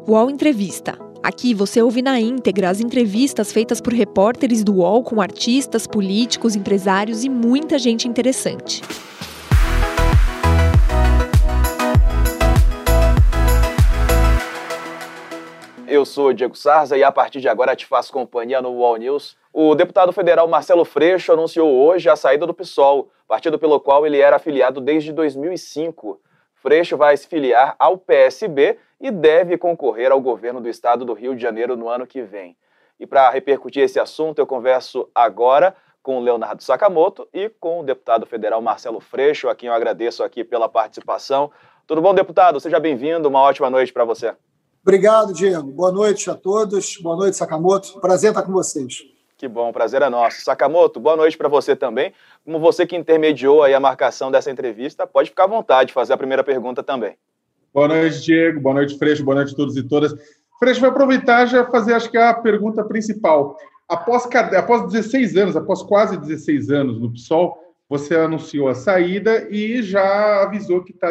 UOL Entrevista. Aqui você ouve na íntegra as entrevistas feitas por repórteres do UOL com artistas, políticos, empresários e muita gente interessante. Eu sou o Diego Sarza e a partir de agora te faço companhia no UOL News. O deputado federal Marcelo Freixo anunciou hoje a saída do PSOL, partido pelo qual ele era afiliado desde 2005. Freixo vai se filiar ao PSB e deve concorrer ao governo do estado do Rio de Janeiro no ano que vem. E para repercutir esse assunto, eu converso agora com o Leonardo Sakamoto e com o deputado federal Marcelo Freixo, a quem eu agradeço aqui pela participação. Tudo bom, deputado? Seja bem-vindo, uma ótima noite para você. Obrigado, Diego. Boa noite a todos. Boa noite, Sakamoto. Prazer estar com vocês. Que bom, o prazer é nosso. Sakamoto, boa noite para você também. Como você que intermediou aí a marcação dessa entrevista, pode ficar à vontade de fazer a primeira pergunta também. Boa noite, Diego. Boa noite, Freixo. Boa noite a todos e todas. Freixo, vai aproveitar e já fazer, acho que a pergunta principal. Após 16 anos, após quase 16 anos no PSOL, você anunciou a saída e já avisou que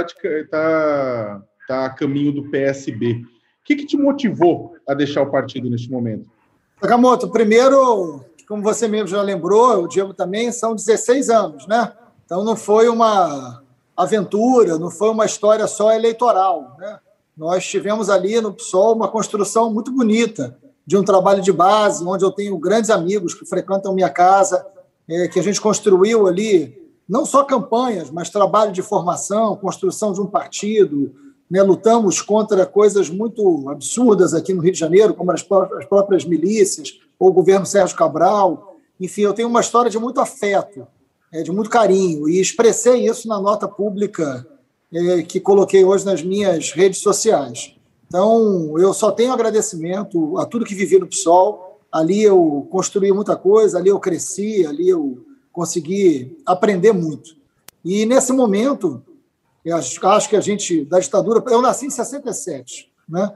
está a caminho do PSB. O que te motivou a deixar o partido neste momento? Sakamoto, primeiro, como você mesmo já lembrou, o Diego também, são 16 anos, né? Então não foi uma aventura, não foi uma história só eleitoral, né? Nós tivemos ali no PSOL uma construção muito bonita de um trabalho de base, onde eu tenho grandes amigos que frequentam minha casa, que a gente construiu ali, não só campanhas, mas trabalho de formação, construção de um partido, né? Lutamos contra coisas muito absurdas aqui no Rio de Janeiro, como as próprias milícias, ou o governo Sérgio Cabral. Enfim, eu tenho uma história de muito afeto, de muito carinho, e expressei isso na nota pública que coloquei hoje nas minhas redes sociais. Então, eu só tenho agradecimento a tudo que vivi no PSOL. Ali eu construí muita coisa, ali eu cresci, ali eu consegui aprender muito. E nesse momento, eu acho que a gente, da ditadura... Eu nasci em 67, né?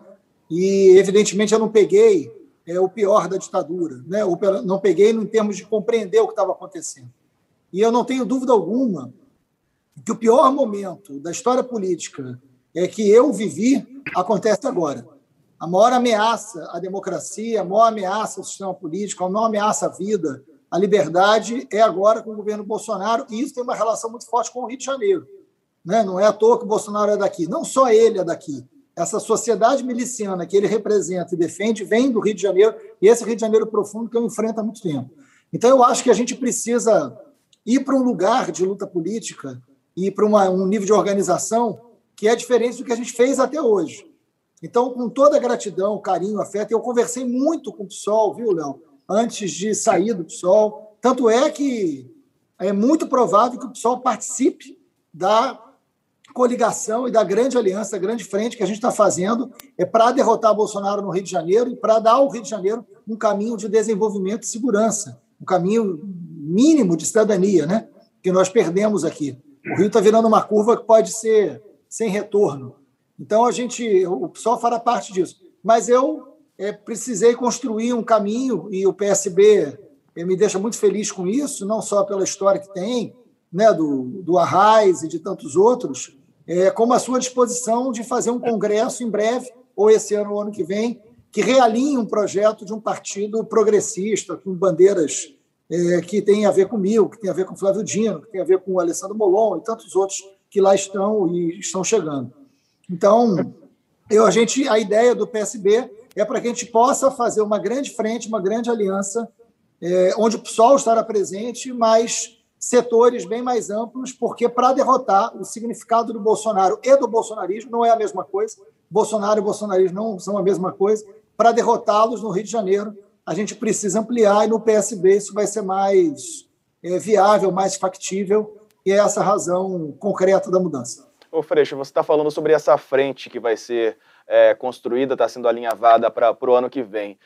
E, evidentemente, eu não peguei o pior da ditadura, né? Não peguei em termos de compreender o que estava acontecendo. E eu não tenho dúvida alguma que o pior momento da história política que eu vivi acontece agora. A maior ameaça à democracia, a maior ameaça ao sistema político, a maior ameaça à vida, à liberdade, é agora com o governo Bolsonaro, e isso tem uma relação muito forte com o Rio de Janeiro. Né? Não é à toa que o Bolsonaro é daqui. Não só ele é daqui. Essa sociedade miliciana que ele representa e defende vem do Rio de Janeiro, e esse Rio de Janeiro profundo que eu enfrento há muito tempo. Então, eu acho que a gente precisa ir para um lugar de luta política e para um nível de organização que é diferente do que a gente fez até hoje. Então, com toda a gratidão, carinho, afeto, eu conversei muito com o PSOL, viu, Léo, antes de sair do PSOL. Tanto é que é muito provável que o PSOL participe da coligação e da grande aliança, grande frente que a gente está fazendo para derrotar Bolsonaro no Rio de Janeiro e para dar ao Rio de Janeiro um caminho de desenvolvimento e segurança, um caminho mínimo de cidadania, né, que nós perdemos aqui. O Rio está virando uma curva que pode ser sem retorno. Então, o PSOL fará parte disso. Mas eu precisei construir um caminho, e o PSB me deixa muito feliz com isso, não só pela história que tem, né, do Arraes e de tantos outros, como a sua disposição de fazer um congresso em breve, ou esse ano ou ano que vem, que realinhe um projeto de um partido progressista, com bandeiras que tem a ver comigo, que tem a ver com Flávio Dino, que tem a ver com o Alessandro Molon e tantos outros que lá estão e estão chegando. Então, a ideia do PSB é para que a gente possa fazer uma grande frente, uma grande aliança, onde o PSOL estará presente, mas setores bem mais amplos, porque para derrotar o significado do Bolsonaro e do bolsonarismo não é a mesma coisa, Bolsonaro e bolsonarismo não são a mesma coisa, para derrotá-los no Rio de Janeiro, a gente precisa ampliar, e no PSB isso vai ser mais viável, mais factível, e é essa a razão concreta da mudança. Ô Freixo, você está falando sobre essa frente que vai ser construída, está sendo alinhavada para o ano que vem.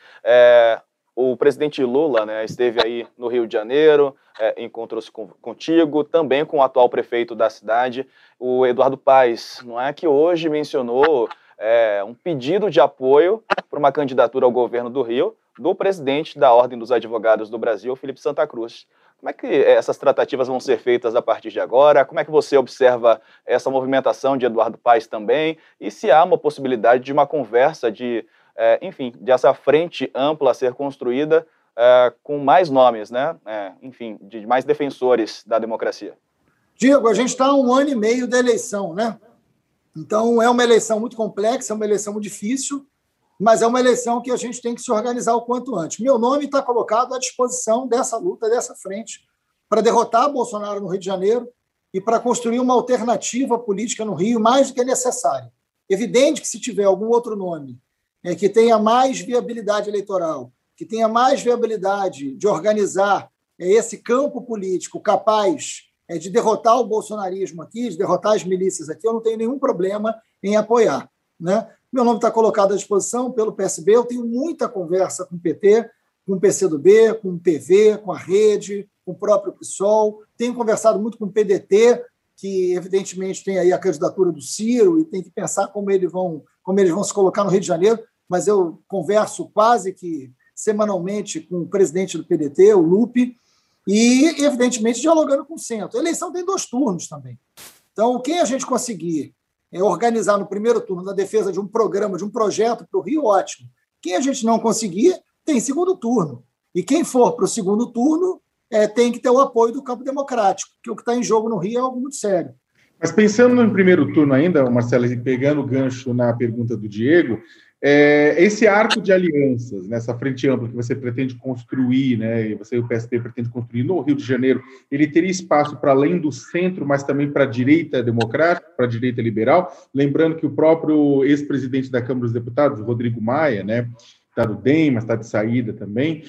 O presidente Lula, né, esteve aí no Rio de Janeiro, encontrou-se contigo, também com o atual prefeito da cidade, o Eduardo Paes, não é, que hoje mencionou um pedido de apoio para uma candidatura ao governo do Rio, do presidente da Ordem dos Advogados do Brasil, Felipe Santa Cruz. Como é que essas tratativas vão ser feitas a partir de agora? Como é que você observa essa movimentação de Eduardo Paes também? E se há uma possibilidade de uma conversa, enfim, dessa frente ampla a ser construída com mais nomes, né? Enfim, de mais defensores da democracia? Diego, a gente está há 1 ano e meio da eleição, né? Então, é uma eleição muito complexa, é uma eleição muito difícil, mas é uma eleição que a gente tem que se organizar o quanto antes. Meu nome está colocado à disposição dessa luta, dessa frente, para derrotar Bolsonaro no Rio de Janeiro e para construir uma alternativa política no Rio mais do que necessária. Evidente que se tiver algum outro nome que tenha mais viabilidade eleitoral, que tenha mais viabilidade de organizar esse campo político capaz de derrotar o bolsonarismo aqui, de derrotar as milícias aqui, eu não tenho nenhum problema em apoiar, né? Meu nome está colocado à disposição pelo PSB, eu tenho muita conversa com o PT, com o PCdoB, com o PV, com a Rede, com o próprio PSOL, tenho conversado muito com o PDT, que evidentemente tem aí a candidatura do Ciro e tem que pensar como eles vão se colocar no Rio de Janeiro, mas eu converso quase que semanalmente com o presidente do PDT, o Lupe, e, evidentemente, dialogando com o centro. A eleição tem 2 turnos também. Então, quem a gente conseguir organizar no primeiro turno na defesa de um programa, de um projeto para o Rio, ótimo. Quem a gente não conseguir, tem segundo turno. E quem for para o segundo turno tem que ter o apoio do campo democrático, porque o que está em jogo no Rio é algo muito sério. Mas pensando no primeiro turno ainda, Marcelo, e pegando o gancho na pergunta do Diego, esse arco de alianças, nessa frente ampla que você pretende construir, né, e você e o PSB pretende construir no Rio de Janeiro, ele teria espaço para além do centro, mas também para a direita democrática, para a direita liberal? Lembrando que o próprio ex-presidente da Câmara dos Deputados, Rodrigo Maia, né, está do DEM, mas está de saída também,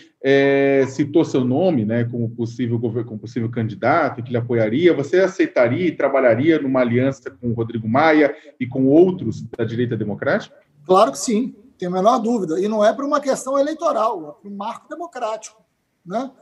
citou seu nome, né, como possível candidato, que ele apoiaria. Você aceitaria e trabalharia numa aliança com o Rodrigo Maia e com outros da direita democrática? Claro que sim, tem a menor dúvida. E não é para uma questão eleitoral, é para um marco democrático, né?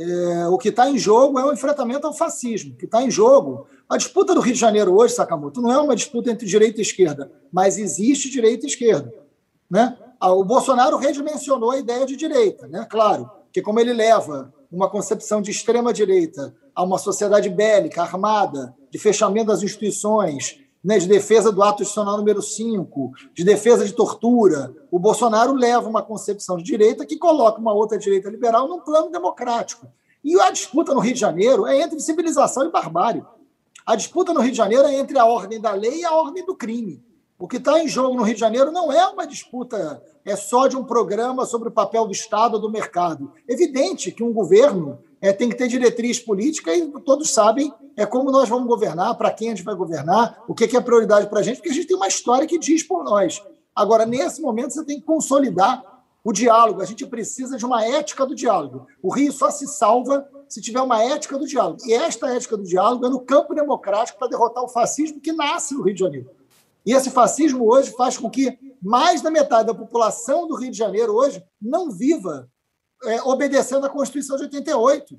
O que está em jogo é o enfrentamento ao fascismo. O que está em jogo... A disputa do Rio de Janeiro hoje, Sakamoto, não é uma disputa entre direita e esquerda, mas existe direita e esquerda, né? O Bolsonaro redimensionou a ideia de direita, né? Claro, que como ele leva uma concepção de extrema-direita a uma sociedade bélica, armada, de fechamento das instituições, né, de defesa do ato institucional número 5, de defesa de tortura, o Bolsonaro leva uma concepção de direita que coloca uma outra direita liberal num plano democrático. E a disputa no Rio de Janeiro é entre civilização e barbárie. A disputa no Rio de Janeiro é entre a ordem da lei e a ordem do crime. O que está em jogo no Rio de Janeiro não é uma disputa só de um programa sobre o papel do Estado ou do mercado. É evidente que um governo tem que ter diretriz política e todos sabem como nós vamos governar, para quem a gente vai governar, o que é prioridade para a gente, porque a gente tem uma história que diz por nós. Agora, nesse momento, você tem que consolidar o diálogo. A gente precisa de uma ética do diálogo. O Rio só se salva se tiver uma ética do diálogo. E esta ética do diálogo é no campo democrático para derrotar o fascismo que nasce no Rio de Janeiro. E esse fascismo hoje faz com que mais da metade da população do Rio de Janeiro hoje não viva obedecendo à Constituição de 88.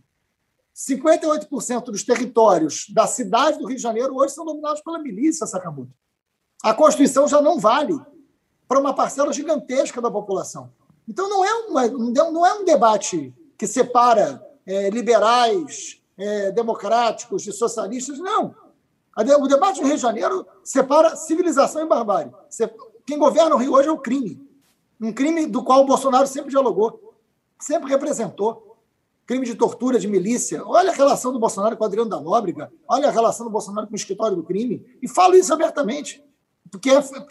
58% dos territórios da cidade do Rio de Janeiro hoje são dominados pela milícia, Sakamoto. A Constituição já não vale para uma parcela gigantesca da população. Então, não é um debate que separa liberais, democráticos de socialistas, não. O debate no Rio de Janeiro separa civilização e barbárie. Quem governa o Rio hoje é o crime. Um crime do qual o Bolsonaro sempre dialogou, sempre representou. Crime de tortura, de milícia. Olha a relação do Bolsonaro com o Adriano da Nóbrega, olha a relação do Bolsonaro com o escritório do crime. E falo isso abertamente, porque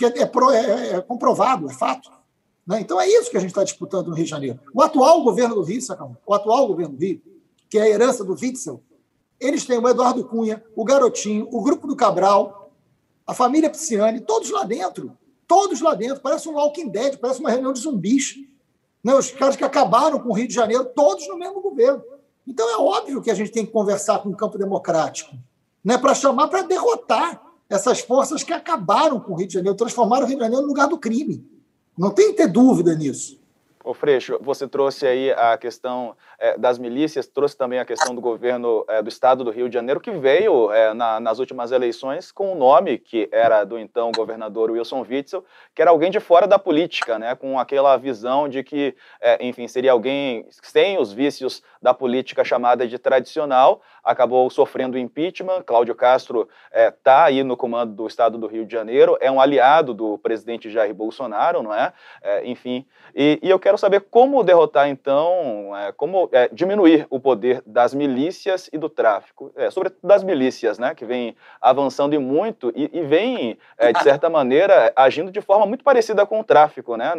é comprovado, é fato. Né? Então é isso que a gente está disputando no Rio de Janeiro. O atual governo do Rio, que é a herança do Witzel, eles têm o Eduardo Cunha, o Garotinho, o Grupo do Cabral, a família Pisciani, todos lá dentro, parece um Walking Dead, parece uma reunião de zumbis. Né? Os caras que acabaram com o Rio de Janeiro, todos no mesmo governo. Então é óbvio que a gente tem que conversar com o campo democrático, né? Para derrotar essas forças que acabaram com o Rio de Janeiro, transformaram o Rio de Janeiro no lugar do crime. Não tem que ter dúvida nisso. Ô Freixo, você trouxe aí a questão das milícias, trouxe também a questão do governo do estado do Rio de Janeiro, que veio nas últimas eleições com o nome que era do então governador Wilson Witzel, que era alguém de fora da política, né, com aquela visão de que, enfim, seria alguém sem os vícios da política chamada de tradicional, acabou sofrendo impeachment. Cláudio Castro está aí no comando do estado do Rio de Janeiro, é um aliado do presidente Jair Bolsonaro, não é? Enfim, e eu quero saber como derrotar, então, como diminuir o poder das milícias e do tráfico, sobretudo das milícias, né, que vem avançando e muito, e vem, de certa maneira, agindo de forma muito parecida com o tráfico, né,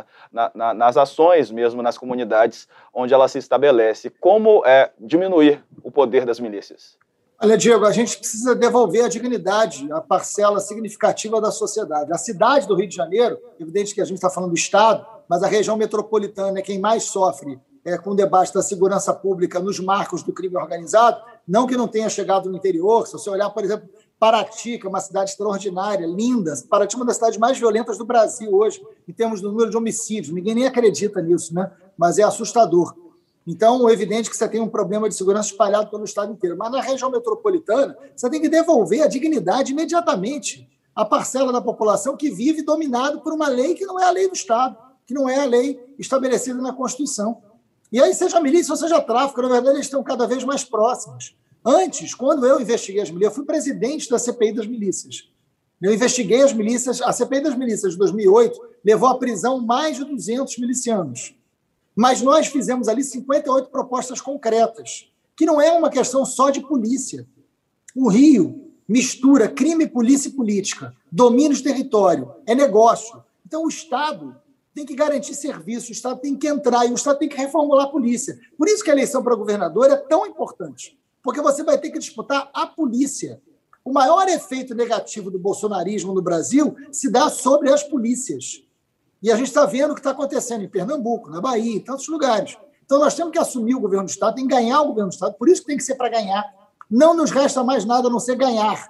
nas ações mesmo, nas comunidades onde ela se estabelece. Como diminuir o poder das milícias? Olha, Diego, a gente precisa devolver a dignidade, a parcela significativa da sociedade. A cidade do Rio de Janeiro, evidente que a gente está falando do Estado, mas a região metropolitana é quem mais sofre com o debate da segurança pública nos marcos do crime organizado, não que não tenha chegado no interior. Se você olhar, por exemplo, Paraty, que é uma cidade extraordinária, linda, Paraty é uma das cidades mais violentas do Brasil hoje, em termos do número de homicídios. Ninguém nem acredita nisso, né? Mas é assustador. Então, é evidente que você tem um problema de segurança espalhado pelo estado inteiro. Mas na região metropolitana, você tem que devolver a dignidade imediatamente à parcela da população que vive dominado por uma lei que não é a lei do Estado, que não é a lei estabelecida na Constituição. E aí, seja milícia ou seja tráfico, na verdade, eles estão cada vez mais próximos. Antes, quando eu investiguei as milícias, eu fui presidente da CPI das milícias. Eu investiguei as milícias, a CPI das milícias de 2008 levou à prisão mais de 200 milicianos. Mas nós fizemos ali 58 propostas concretas, que não é uma questão só de polícia. O Rio mistura crime, polícia e política, domínio de território, é negócio. Então, o Estado tem que garantir serviço, o Estado tem que entrar e o Estado tem que reformular a polícia. Por isso que a eleição para governador é tão importante, porque você vai ter que disputar a polícia. O maior efeito negativo do bolsonarismo no Brasil se dá sobre as polícias. E a gente está vendo o que está acontecendo em Pernambuco, na Bahia, em tantos lugares. Então, nós temos que assumir o governo do Estado, tem que ganhar o governo do Estado, por isso que tem que ser para ganhar. Não nos resta mais nada a não ser ganhar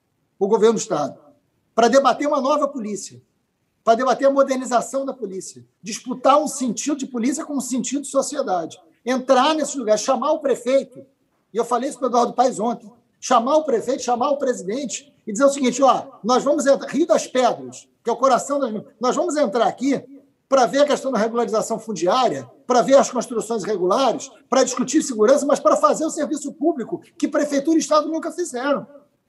o governo do Estado, para debater uma nova polícia, para debater a modernização da polícia, disputar um sentido de polícia com um sentido de sociedade, entrar nesse lugar, chamar o prefeito, e eu falei isso para o Eduardo Paes ontem, chamar o prefeito, chamar o presidente e dizer o seguinte, nós vamos entrar, Rio das Pedras, que é o coração das... Nós vamos entrar aqui para ver a questão da regularização fundiária, para ver as construções irregulares, para discutir segurança, mas para fazer o serviço público que prefeitura e Estado nunca fizeram.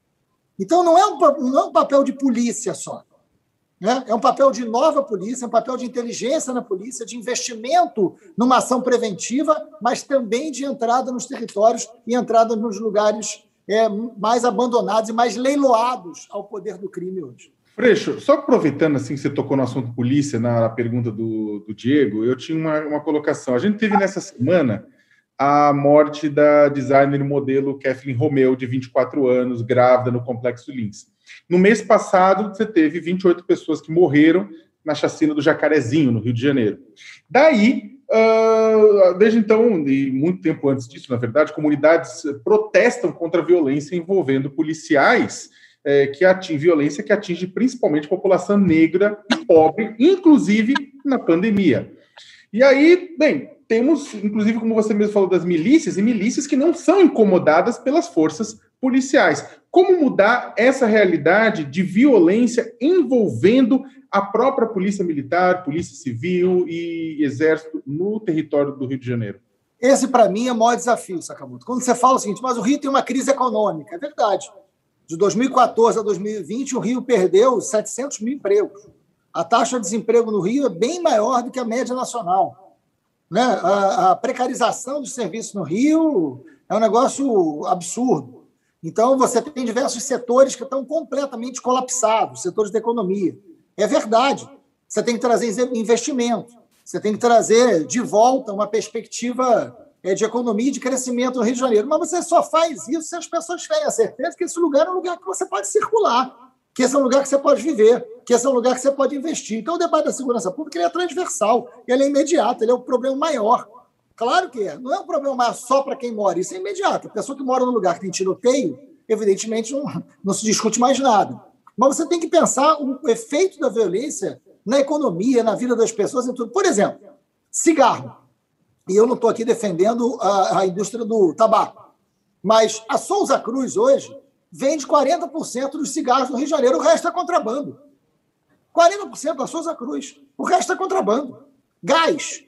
Então, não é um papel de polícia só. Né? É um papel de nova polícia, é um papel de inteligência na polícia, de investimento numa ação preventiva, mas também de entrada nos territórios e entrada nos lugares mais abandonados e mais leiloados ao poder do crime hoje. Freixo, só aproveitando assim que você tocou no assunto polícia, na pergunta do Diego, eu tinha uma colocação. A gente teve nessa semana a morte da designer e modelo Kathleen Romeu, de 24 anos, grávida no Complexo Lins. No mês passado, você teve 28 pessoas que morreram na chacina do Jacarezinho, no Rio de Janeiro. Daí, desde então, e muito tempo antes disso, na verdade, comunidades protestam contra a violência envolvendo policiais, violência que atinge principalmente a população negra e pobre, inclusive na pandemia. E aí, bem, temos, inclusive, como você mesmo falou, das milícias, e milícias que não são incomodadas pelas forças policiais. Como mudar essa realidade de violência envolvendo a própria polícia militar, polícia civil e exército no território do Rio de Janeiro? Esse, para mim, é o maior desafio, Sakamoto. Quando você fala o seguinte, mas o Rio tem uma crise econômica, é verdade. De 2014 a 2020, o Rio perdeu 700 mil empregos. A taxa de desemprego no Rio é bem maior do que a média nacional. Né? A precarização dos serviços no Rio é um negócio absurdo. Então, você tem diversos setores que estão completamente colapsados, setores da economia. É verdade. Você tem que trazer investimento, você tem que trazer de volta uma perspectiva de economia e de crescimento no Rio de Janeiro. Mas você só faz isso se as pessoas tiverem a certeza que esse lugar é um lugar que você pode circular, que esse é um lugar que você pode viver, que esse é um lugar que você pode investir. Então, o debate da segurança pública ele é transversal, ele é imediato, ele é o problema maior. Claro que é. Não é um problema maior só para quem mora, isso é imediato. A pessoa que mora num lugar que tem tiroteio, evidentemente, não se discute mais nada. Mas você tem que pensar o efeito da violência na economia, na vida das pessoas, em tudo. Por exemplo, cigarro. E eu não estou aqui defendendo a indústria do tabaco, mas a Souza Cruz, hoje, vende 40% dos cigarros do Rio de Janeiro, o resto é contrabando. 40% da Souza Cruz, o resto é contrabando. Gás.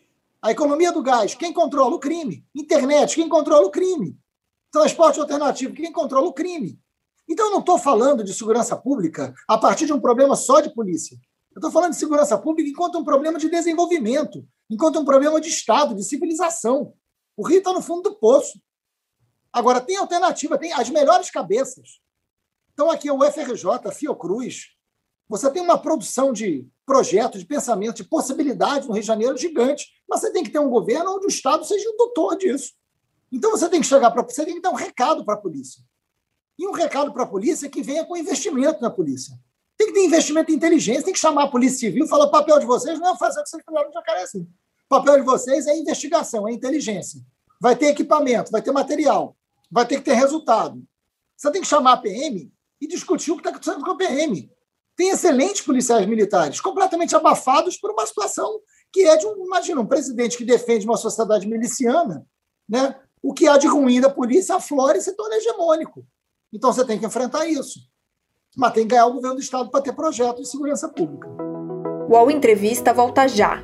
A economia do gás, quem controla? O crime. Internet, quem controla? O crime. Transporte alternativo, quem controla? O crime. Então, eu não estou falando de segurança pública a partir de um problema só de polícia. Eu estou falando de segurança pública enquanto um problema de desenvolvimento, enquanto um problema de Estado, de civilização. O Rio está no fundo do poço. Agora, tem alternativa, tem as melhores cabeças. Então, aqui é o UFRJ, a Fiocruz. Você tem uma produção de projetos, de pensamento, de possibilidades no Rio de Janeiro gigante, mas você tem que ter um governo onde o Estado seja o doutor disso. Então, você tem que você tem que dar um recado para a polícia. E um recado para a polícia que venha com investimento na polícia. Tem que ter investimento em inteligência, tem que chamar a Polícia Civil e falar: o papel de vocês não é fazer o que vocês fizeram no Jacarezinho. O papel de vocês é investigação, é inteligência. Vai ter equipamento, vai ter material, vai ter que ter resultado. Você tem que chamar a PM e discutir o que está acontecendo com a PM. Tem excelentes policiais militares, completamente abafados por uma situação que é de um presidente que defende uma sociedade miliciana, né? O que há de ruim da polícia aflora e se torna hegemônico. Então, você tem que enfrentar isso. Mas tem que ganhar o governo do Estado para ter projeto de segurança pública. O UOL Entrevista volta já.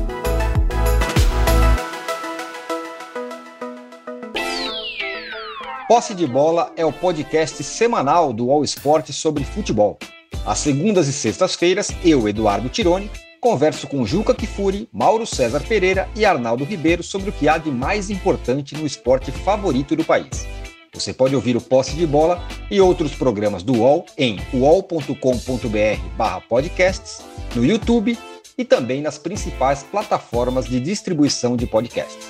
Posse de Bola é o podcast semanal do UOL Esporte sobre futebol. Às segundas e sextas-feiras, eu, Eduardo Tironi, converso com Juca Kfouri, Mauro César Pereira e Arnaldo Ribeiro sobre o que há de mais importante no esporte favorito do país. Você pode ouvir o Posse de Bola e outros programas do UOL em uol.com.br/podcasts, no YouTube e também nas principais plataformas de distribuição de podcasts.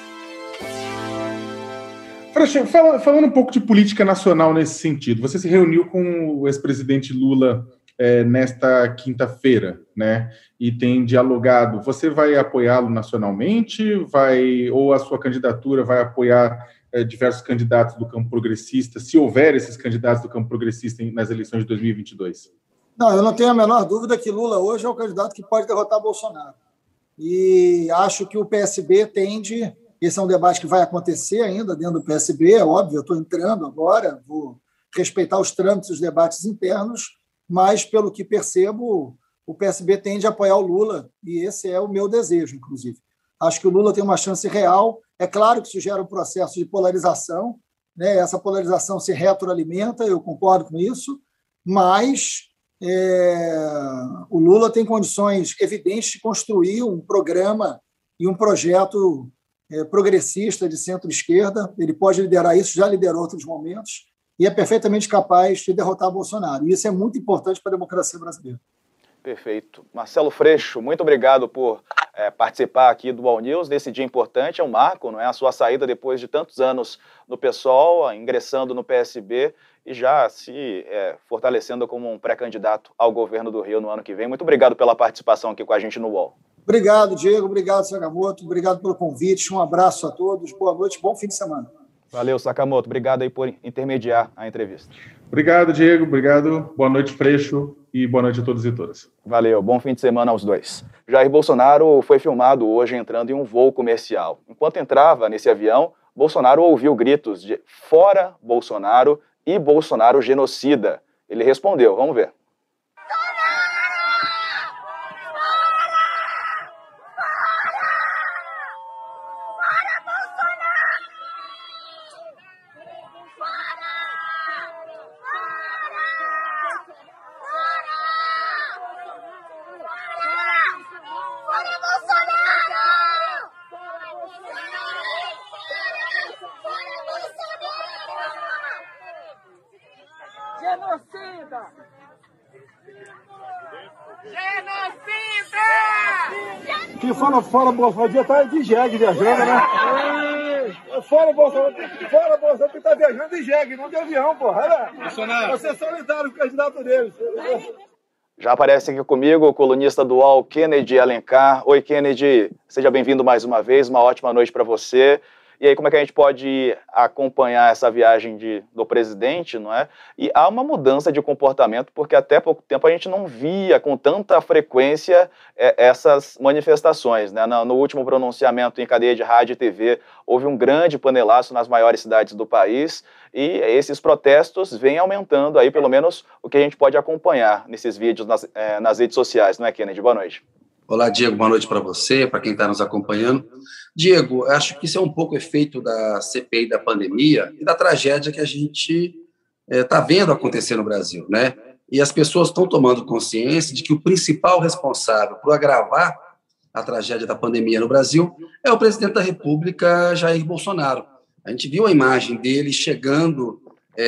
Falando um pouco de política nacional nesse sentido, você se reuniu com o ex-presidente Lula nesta quinta-feira, né? E tem dialogado. Você vai apoiá-lo nacionalmente? Ou a sua candidatura vai apoiar diversos candidatos do campo progressista, se houver esses candidatos do campo progressista nas eleições de 2022? Não, eu não tenho a menor dúvida que Lula hoje é o candidato que pode derrotar Bolsonaro. E acho que o PSB tende... Esse é um debate que vai acontecer ainda dentro do PSB, é óbvio, eu estou entrando agora, vou respeitar os trâmites, os debates internos, mas, pelo que percebo, o PSB tende a apoiar o Lula, e esse é o meu desejo, inclusive. Acho que o Lula tem uma chance real. É claro que isso gera um processo de polarização, né? Essa polarização se retroalimenta, eu concordo com isso, mas o Lula tem condições evidentes de construir um programa e um projeto progressista de centro-esquerda. Ele pode liderar isso, já liderou outros momentos, e é perfeitamente capaz de derrotar Bolsonaro. E isso é muito importante para a democracia brasileira. Perfeito. Marcelo Freixo, muito obrigado por participar aqui do UOL News nesse dia importante. É um marco, não é? A sua saída depois de tantos anos no PSOL, ingressando no PSB e já se fortalecendo como um pré-candidato ao governo do Rio no ano que vem. Muito obrigado pela participação aqui com a gente no UOL. Obrigado, Diego. Obrigado, Sakamoto. Obrigado pelo convite. Um abraço a todos. Boa noite. Bom fim de semana. Valeu, Sakamoto. Obrigado aí por intermediar a entrevista. Obrigado, Diego. Obrigado. Boa noite, Freixo. E boa noite a todos e todas. Valeu. Bom fim de semana aos dois. Jair Bolsonaro foi filmado hoje entrando em um voo comercial. Enquanto entrava nesse avião, Bolsonaro ouviu gritos de "Fora Bolsonaro" e "Bolsonaro genocida". Ele respondeu. Vamos ver. Genocida! Genocida! Que fala Bolsonaro, já tá de jegue viajando, né? Fora Bolsonaro que tá viajando de jegue, não de avião, porra. Bolsonaro. Você é solidário com o candidato deles. Já aparece aqui comigo o colunista do UOL, Kennedy Alencar. Oi, Kennedy, seja bem-vindo mais uma vez, uma ótima noite para você. E aí, como é que a gente pode acompanhar essa viagem do presidente, não é? E há uma mudança de comportamento, porque até pouco tempo a gente não via com tanta frequência essas manifestações, né? No último pronunciamento em cadeia de rádio e TV, houve um grande panelaço nas maiores cidades do país, e esses protestos vêm aumentando aí, pelo menos, o que a gente pode acompanhar nesses vídeos nas redes sociais, não é, Kennedy? Boa noite. Olá, Diego, boa noite para você, para quem está nos acompanhando. Diego, acho que isso é um pouco efeito da CPI da pandemia e da tragédia que a gente está vendo acontecer no Brasil, né? E as pessoas estão tomando consciência de que o principal responsável por agravar a tragédia da pandemia no Brasil é o presidente da República, Jair Bolsonaro. A gente viu a imagem dele chegando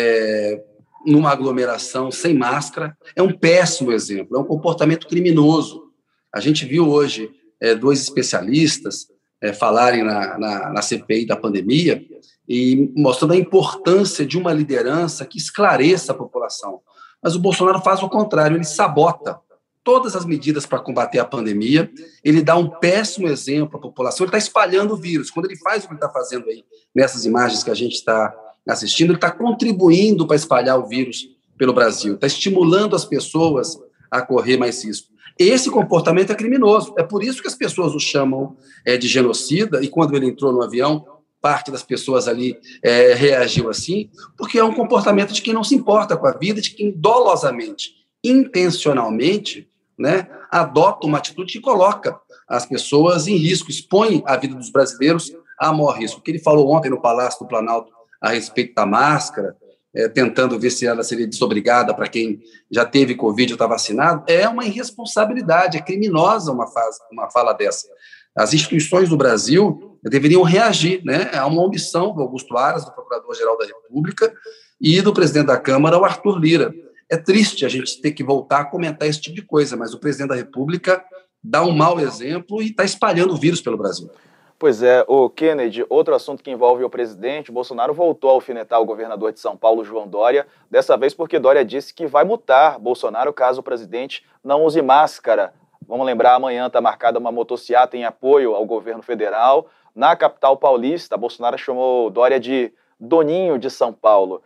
numa aglomeração sem máscara. É um péssimo exemplo, é um comportamento criminoso. A gente viu hoje dois especialistas falarem na CPI da pandemia e mostrando a importância de uma liderança que esclareça a população. Mas o Bolsonaro faz o contrário, ele sabota todas as medidas para combater a pandemia, ele dá um péssimo exemplo à população, ele está espalhando o vírus. Quando ele faz o que ele está fazendo aí, nessas imagens que a gente está assistindo, ele está contribuindo para espalhar o vírus pelo Brasil, está estimulando as pessoas a correr mais risco. Esse comportamento é criminoso, é por isso que as pessoas o chamam de genocida, e quando ele entrou no avião, parte das pessoas ali reagiu assim, porque é um comportamento de quem não se importa com a vida, de quem dolosamente, intencionalmente, né, adota uma atitude que coloca as pessoas em risco, expõe a vida dos brasileiros a maior risco. O que ele falou ontem no Palácio do Planalto a respeito da máscara, tentando ver se ela seria desobrigada para quem já teve Covid ou está vacinado, é uma irresponsabilidade, é criminosa uma fala dessa. As instituições do Brasil deveriam reagir, né? Há uma omissão do Augusto Aras, do Procurador-Geral da República, e do presidente da Câmara, o Arthur Lira. É triste a gente ter que voltar a comentar esse tipo de coisa, mas o presidente da República dá um mau exemplo e está espalhando o vírus pelo Brasil. Pois é, o Kennedy, outro assunto que envolve o presidente, Bolsonaro voltou a alfinetar o governador de São Paulo, João Dória, dessa vez porque Dória disse que vai multar Bolsonaro caso o presidente não use máscara. Vamos lembrar, amanhã está marcada uma motociata em apoio ao governo federal. Na capital paulista, Bolsonaro chamou Dória de Doninho de São Paulo.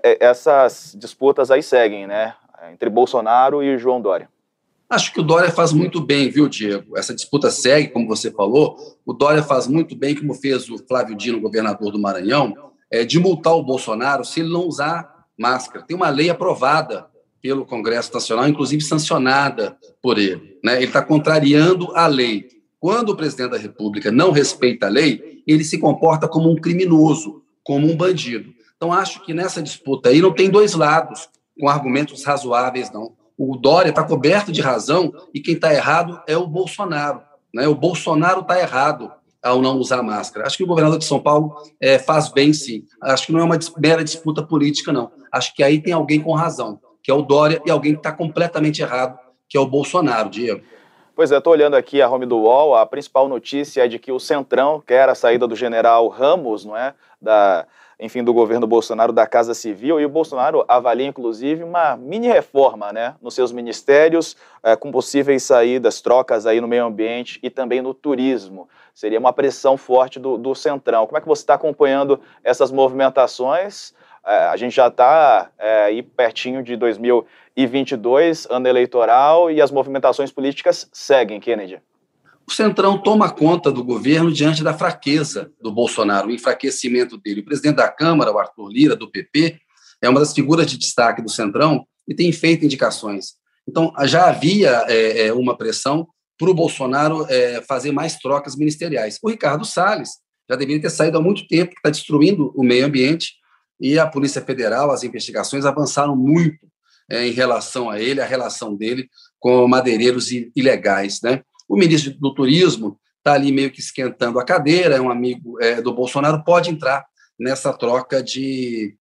Essas disputas aí seguem, né? Entre Bolsonaro e João Dória. Acho que o Dória faz muito bem, viu, Diego? Essa disputa segue, como você falou. O Dória faz muito bem, como fez o Flávio Dino, governador do Maranhão, de multar o Bolsonaro se ele não usar máscara. Tem uma lei aprovada pelo Congresso Nacional, inclusive sancionada por ele, né? Ele está contrariando a lei. Quando o presidente da República não respeita a lei, ele se comporta como um criminoso, como um bandido. Então, acho que nessa disputa aí não tem dois lados com argumentos razoáveis, não. O Dória está coberto de razão e quem está errado é o Bolsonaro, né? O Bolsonaro está errado ao não usar máscara. Acho que o governador de São Paulo faz bem, sim. Acho que não é uma mera disputa política, não. Acho que aí tem alguém com razão, que é o Dória, e alguém que está completamente errado, que é o Bolsonaro, Diego. Pois é, estou olhando aqui a home do UOL, a principal notícia é de que o Centrão quer a saída do general Ramos, não é? Do governo Bolsonaro, da Casa Civil, e o Bolsonaro avalia, inclusive, uma mini-reforma, né, nos seus ministérios, com possíveis saídas, trocas aí no meio ambiente e também no turismo. Seria uma pressão forte do Centrão. Como é que você está acompanhando essas movimentações? A gente já está aí pertinho de 2022, ano eleitoral, e as movimentações políticas seguem, Kennedy. O Centrão toma conta do governo diante da fraqueza do Bolsonaro, o enfraquecimento dele. O presidente da Câmara, o Arthur Lira, do PP, é uma das figuras de destaque do Centrão e tem feito indicações. Então, já havia uma pressão para o Bolsonaro fazer mais trocas ministeriais. O Ricardo Salles já deveria ter saído há muito tempo, que está destruindo o meio ambiente, e a Polícia Federal, as investigações avançaram muito em relação a ele, a relação dele com madeireiros ilegais, né? O ministro do Turismo está ali meio que esquentando a cadeira, é um amigo do Bolsonaro, pode entrar nessa troca de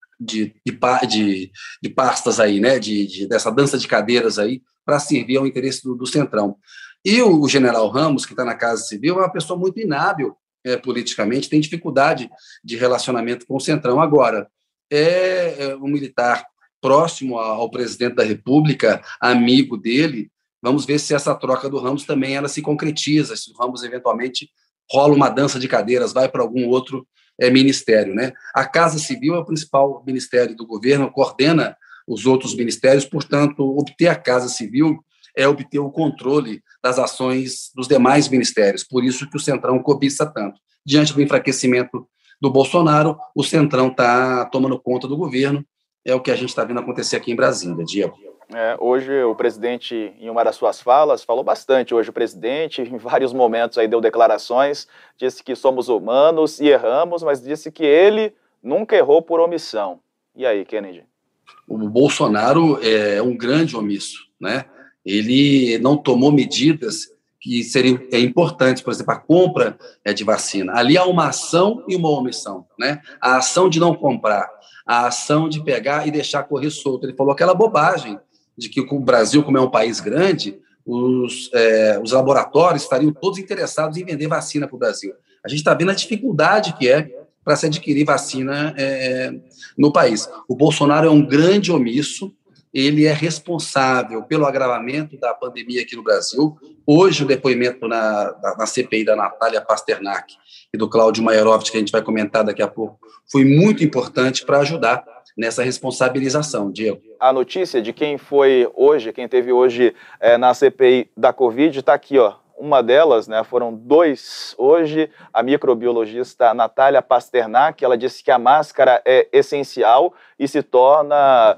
pastas aí, né? Dessa dança de cadeiras aí, para servir ao interesse do Centrão. E o general Ramos, que está na Casa Civil, é uma pessoa muito inábil politicamente, tem dificuldade de relacionamento com o Centrão. Agora, é um militar próximo ao presidente da República, amigo dele. Vamos ver se essa troca do Ramos também ela se concretiza, se o Ramos eventualmente rola uma dança de cadeiras, vai para algum outro ministério, né? A Casa Civil é o principal ministério do governo, coordena os outros ministérios, portanto, obter a Casa Civil é obter o controle das ações dos demais ministérios, por isso que o Centrão cobiça tanto. Diante do enfraquecimento do Bolsonaro, o Centrão está tomando conta do governo, é o que a gente está vendo acontecer aqui em Brasília, Diego. Hoje o presidente, em uma das suas falas, falou bastante hoje o presidente, em vários momentos aí deu declarações, disse que somos humanos e erramos, mas disse que ele nunca errou por omissão. E aí, Kennedy? O Bolsonaro é um grande omisso, né? Ele não tomou medidas que seriam importantes, por exemplo, a compra de vacina. Ali há uma ação e uma omissão, né? A ação de não comprar, a ação de pegar e deixar correr solto. Ele falou aquela bobagem de que o Brasil, como é um país grande, os laboratórios estariam todos interessados em vender vacina para o Brasil. A gente está vendo a dificuldade que é para se adquirir vacina no país. O Bolsonaro é um grande omisso, ele é responsável pelo agravamento da pandemia aqui no Brasil. Hoje, o depoimento na CPI da Natália Pasternak e do Cláudio Maierovitch, que a gente vai comentar daqui a pouco, foi muito importante para ajudar nessa responsabilização, Diego. A notícia de quem teve hoje na CPI da Covid está aqui, ó. Uma delas, né, foram 2 hoje, a microbiologista Natália Pasternak, ela disse que a máscara é essencial e se torna...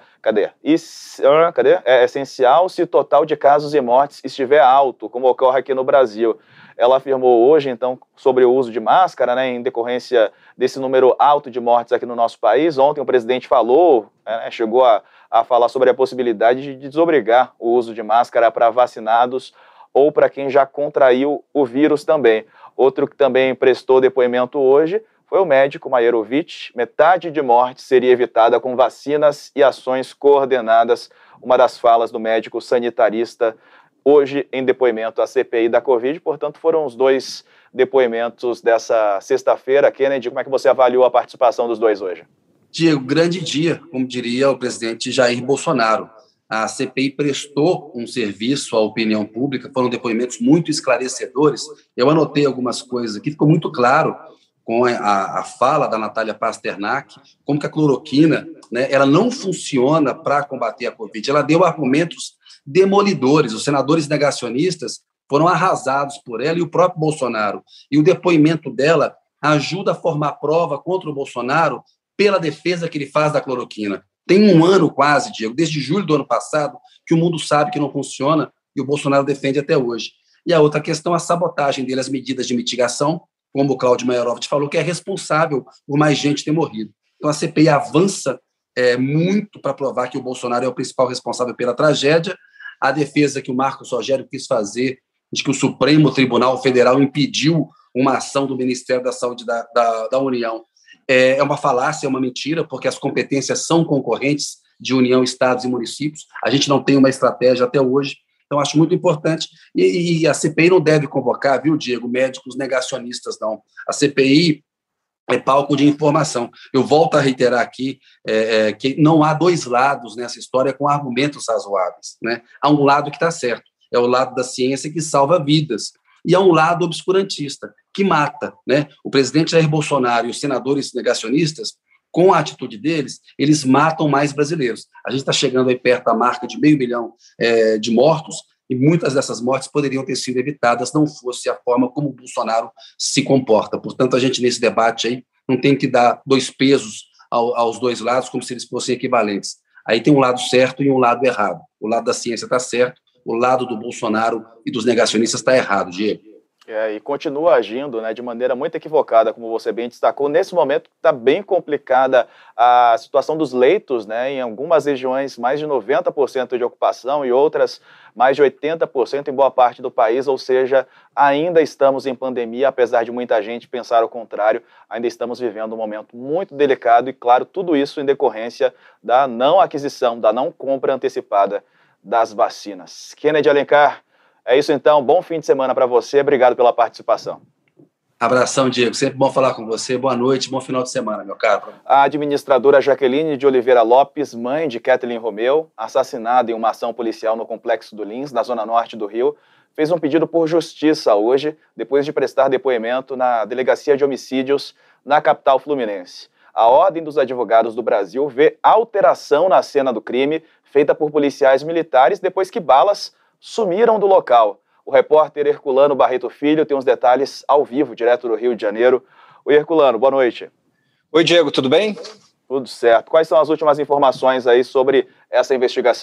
É essencial se o total de casos e mortes estiver alto, como ocorre aqui no Brasil. Ela afirmou hoje, então, sobre o uso de máscara, né, em decorrência desse número alto de mortes aqui no nosso país. Ontem o presidente falou, chegou a falar sobre a possibilidade de desobrigar o uso de máscara para vacinados ou para quem já contraiu o vírus também. Outro que também prestou depoimento hoje foi o médico Maierovitch. Metade de morte seria evitada com vacinas e ações coordenadas. Uma das falas do médico sanitarista hoje em depoimento à CPI da Covid. Portanto, foram os 2 depoimentos dessa sexta-feira. Kennedy, como é que você avaliou a participação dos 2 hoje? Diego, grande dia, como diria o presidente Jair Bolsonaro. A CPI prestou um serviço à opinião pública, foram depoimentos muito esclarecedores. Eu anotei algumas coisas aqui, ficou muito claro com a fala da Natália Pasternak, como que a cloroquina, né, ela não funciona para combater a Covid. Ela deu argumentos demolidores, os senadores negacionistas foram arrasados por ela e o próprio Bolsonaro. E o depoimento dela ajuda a formar prova contra o Bolsonaro pela defesa que ele faz da cloroquina. Tem 1 ano quase, Diego, desde julho do ano passado, que o mundo sabe que não funciona e o Bolsonaro defende até hoje. E a outra questão, a sabotagem dele, as medidas de mitigação, como o Cláudio Maierovitch falou, que é responsável por mais gente ter morrido. Então a CPI avança muito para provar que o Bolsonaro é o principal responsável pela tragédia. A defesa que o Marcos Rogério quis fazer de que o Supremo Tribunal Federal impediu uma ação do Ministério da Saúde da União é uma falácia, é uma mentira, porque as competências são concorrentes de União, estados e municípios. A gente não tem uma estratégia até hoje, então acho muito importante. E a CPI não deve convocar, viu, Diego, médicos negacionistas, não. A CPI é palco de informação. Eu volto a reiterar aqui que não há 2 lados nessa história com argumentos razoáveis, né? Há um lado que está certo, é o lado da ciência que salva vidas, e há um lado obscurantista, que mata, né? O presidente Jair Bolsonaro e os senadores negacionistas, com a atitude deles, eles matam mais brasileiros. A gente está chegando aí perto da marca de 500 mil de mortos, e muitas dessas mortes poderiam ter sido evitadas não fosse a forma como o Bolsonaro se comporta. Portanto, a gente, nesse debate aí, não tem que dar 2 pesos aos 2 lados como se eles fossem equivalentes. Aí tem um lado certo e um lado errado. O lado da ciência está certo, o lado do Bolsonaro e dos negacionistas está errado, Diego. E continua agindo, né, de maneira muito equivocada, como você bem destacou. Nesse momento está bem complicada a situação dos leitos, né, em algumas regiões mais de 90% de ocupação e outras mais de 80% em boa parte do país, ou seja, ainda estamos em pandemia, apesar de muita gente pensar o contrário, ainda estamos vivendo um momento muito delicado e, claro, tudo isso em decorrência da não aquisição, da não compra antecipada das vacinas. Kennedy Alencar, é isso então, bom fim de semana para você, obrigado pela participação. Abração, Diego, sempre bom falar com você, boa noite, bom final de semana, meu caro. A administradora Jaqueline de Oliveira Lopes, mãe de Kathleen Romeu, assassinada em uma ação policial no Complexo do Lins, na zona norte do Rio, fez um pedido por justiça hoje, depois de prestar depoimento na Delegacia de Homicídios na capital fluminense. A Ordem dos Advogados do Brasil vê alteração na cena do crime feita por policiais militares depois que balas sumiram do local. O repórter Herculano Barreto Filho tem os detalhes ao vivo, direto do Rio de Janeiro. Oi, Herculano, boa noite. Oi, Diego, tudo bem? Tudo certo. Quais são as últimas informações aí sobre essa investigação?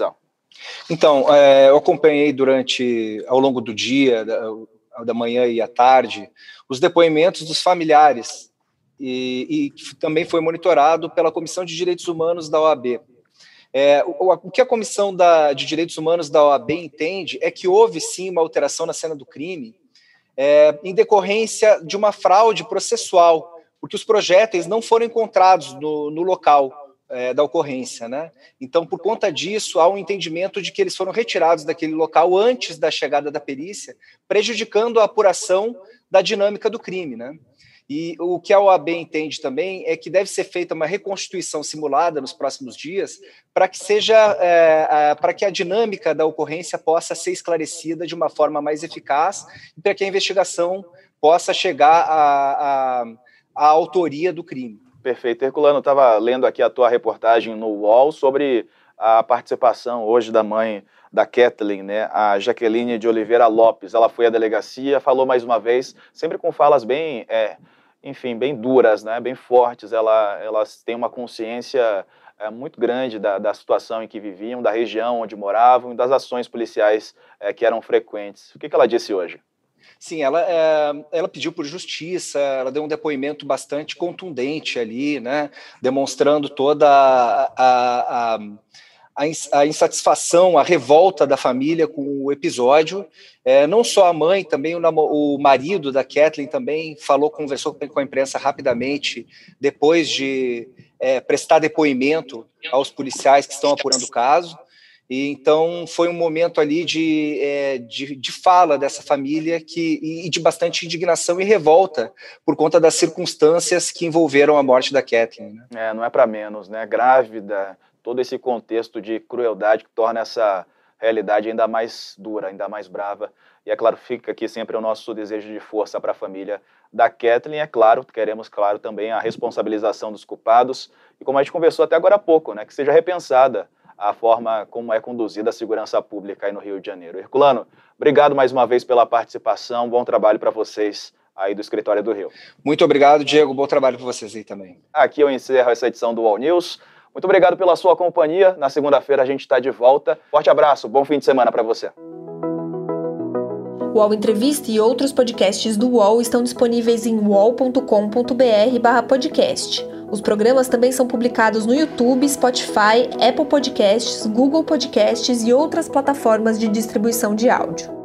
Então, eu acompanhei ao longo do dia, da manhã e à tarde, os depoimentos dos familiares e também foi monitorado pela Comissão de Direitos Humanos da OAB. O que a Comissão de Direitos Humanos da OAB entende é que houve, sim, uma alteração na cena do crime em decorrência de uma fraude processual, porque os projéteis não foram encontrados no local da ocorrência, né? Então, por conta disso, há um entendimento de que eles foram retirados daquele local antes da chegada da perícia, prejudicando a apuração da dinâmica do crime, né? E o que a OAB entende também é que deve ser feita uma reconstituição simulada nos próximos dias para que a dinâmica da ocorrência possa ser esclarecida de uma forma mais eficaz e para que a investigação possa chegar à autoria do crime. Perfeito. Herculano, estava lendo aqui a tua reportagem no UOL sobre a participação hoje da mãe da Kathleen, né, a Jaqueline de Oliveira Lopes. Ela foi à delegacia, falou mais uma vez, sempre com falas bem, bem duras, né, bem fortes. Elas têm uma consciência muito grande da situação em que viviam, da região onde moravam e das ações policiais que eram frequentes. O que ela disse hoje? Sim, ela pediu por justiça, ela deu um depoimento bastante contundente ali, né, demonstrando toda a insatisfação, a revolta da família com o episódio. Não só a mãe, também o marido da Kathleen também conversou com a imprensa rapidamente, depois de prestar depoimento aos policiais que estão apurando o caso. E então foi um momento ali de fala dessa família e de bastante indignação e revolta por conta das circunstâncias que envolveram a morte da Kathleen, né? Não é para menos, né? Grávida, todo esse contexto de crueldade que torna essa realidade ainda mais dura, ainda mais brava. E é claro, fica aqui sempre o nosso desejo de força para a família da Kathleen. É claro, queremos, claro, também a responsabilização dos culpados. E como a gente conversou até agora há pouco, né, que seja repensada a forma como é conduzida a segurança pública aí no Rio de Janeiro. Herculano, obrigado mais uma vez pela participação, bom trabalho para vocês aí do Escritório do Rio. Muito obrigado, Diego, bom trabalho para vocês aí também. Aqui eu encerro essa edição do UOL News. Muito obrigado pela sua companhia, na segunda-feira a gente está de volta. Forte abraço, bom fim de semana para você. O UOL Entrevista e outros podcasts do UOL estão disponíveis em uol.com.br/podcast. Os programas também são publicados no YouTube, Spotify, Apple Podcasts, Google Podcasts e outras plataformas de distribuição de áudio.